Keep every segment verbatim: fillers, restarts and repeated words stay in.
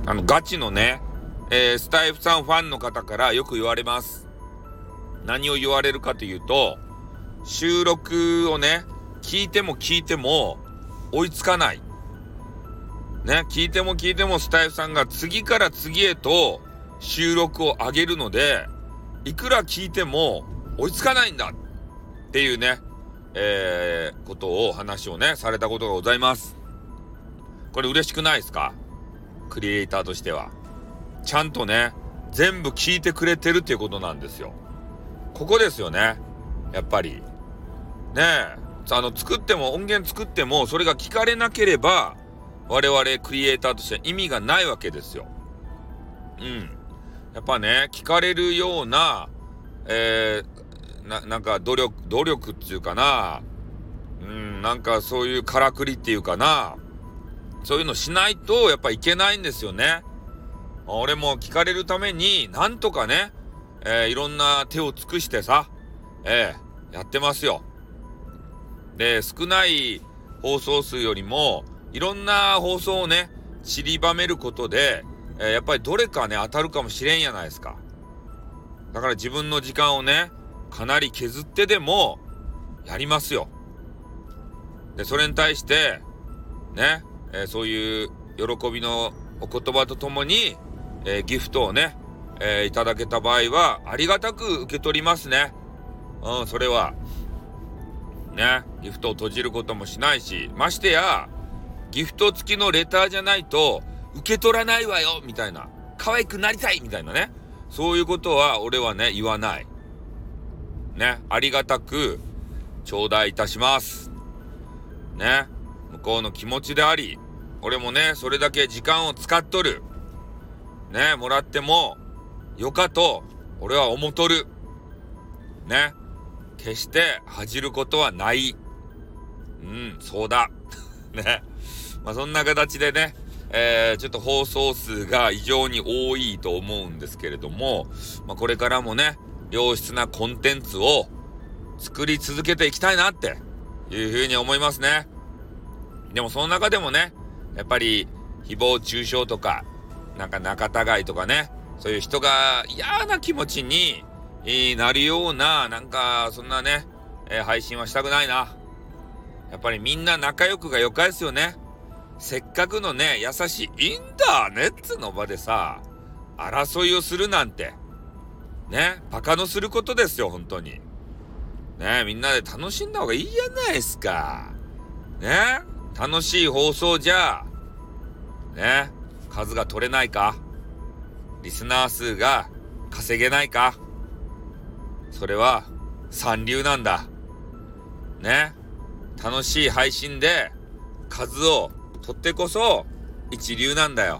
あのガチのね、えー、スタイフさんファンの方からよく言われます。何を言われるかというと、収録をね聞いても聞いても追いつかないね、聞いても聞いてもスタイフさんが次から次へと収録を上げるので、いくら聞いても追いつかないんだっていうね、えー、ことを話をねされたことがございます。これ嬉しくないですか？クリエイターとしてはちゃんとね全部聞いてくれてるっていうことなんですよ。ここですよね。やっぱりねえ、あの作っても音源作ってもそれが聞かれなければ我々クリエイターとしては意味がないわけですよ。うん。やっぱね聞かれるような、えー、ななんか努力努力っていうかな、うん、なんかそういうからくりっていうかな、そういうのしないとやっぱいけないんですよね。俺も聞かれるためになんとかね、えー、いろんな手を尽くしてさ、えー、やってますよ。で、少ない放送数よりもいろんな放送をね散りばめることで、えー、やっぱりどれかね当たるかもしれんやないですか。だから自分の時間をねかなり削ってでもやりますよ。でそれに対してね、えー、そういう喜びのお言葉とともに、えー、ギフトをね、えー、いただけた場合はありがたく受け取りますね。うん、それはね、ギフトを閉じることもしないし、ましてやギフト付きのレターじゃないと受け取らないわよみたいな、可愛くなりたいみたいなね、そういうことは俺はね言わないね。ありがたく頂戴いたしますね。向こうの気持ちであり、俺もねそれだけ時間を使っとるね、もらってもよかと俺は思とるね。決して恥じることはない。うん、そうだね。まあそんな形でね、えー、ちょっと放送数が異常に多いと思うんですけれども、まあ、これからもね良質なコンテンツを作り続けていきたいなっていうふうに思いますね。でもその中でもねやっぱり誹謗中傷とかなんか仲違いとかね、そういう人が嫌な気持ちになるようななんかそんなね、えー、配信はしたくないな。やっぱりみんな仲良くがよかですよね。せっかくのね優しいインターネットの場でさ争いをするなんてね、バカのすることですよ本当にね。みんなで楽しんだ方がいいじゃないですかね。楽しい放送じゃね数が取れないか、リスナー数が稼げないか、それは三流なんだね。楽しい配信で数を取ってこそ一流なんだよ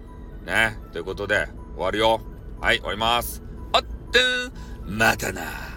ね。ということで終わるよ。はい、終わります。あってんまたな。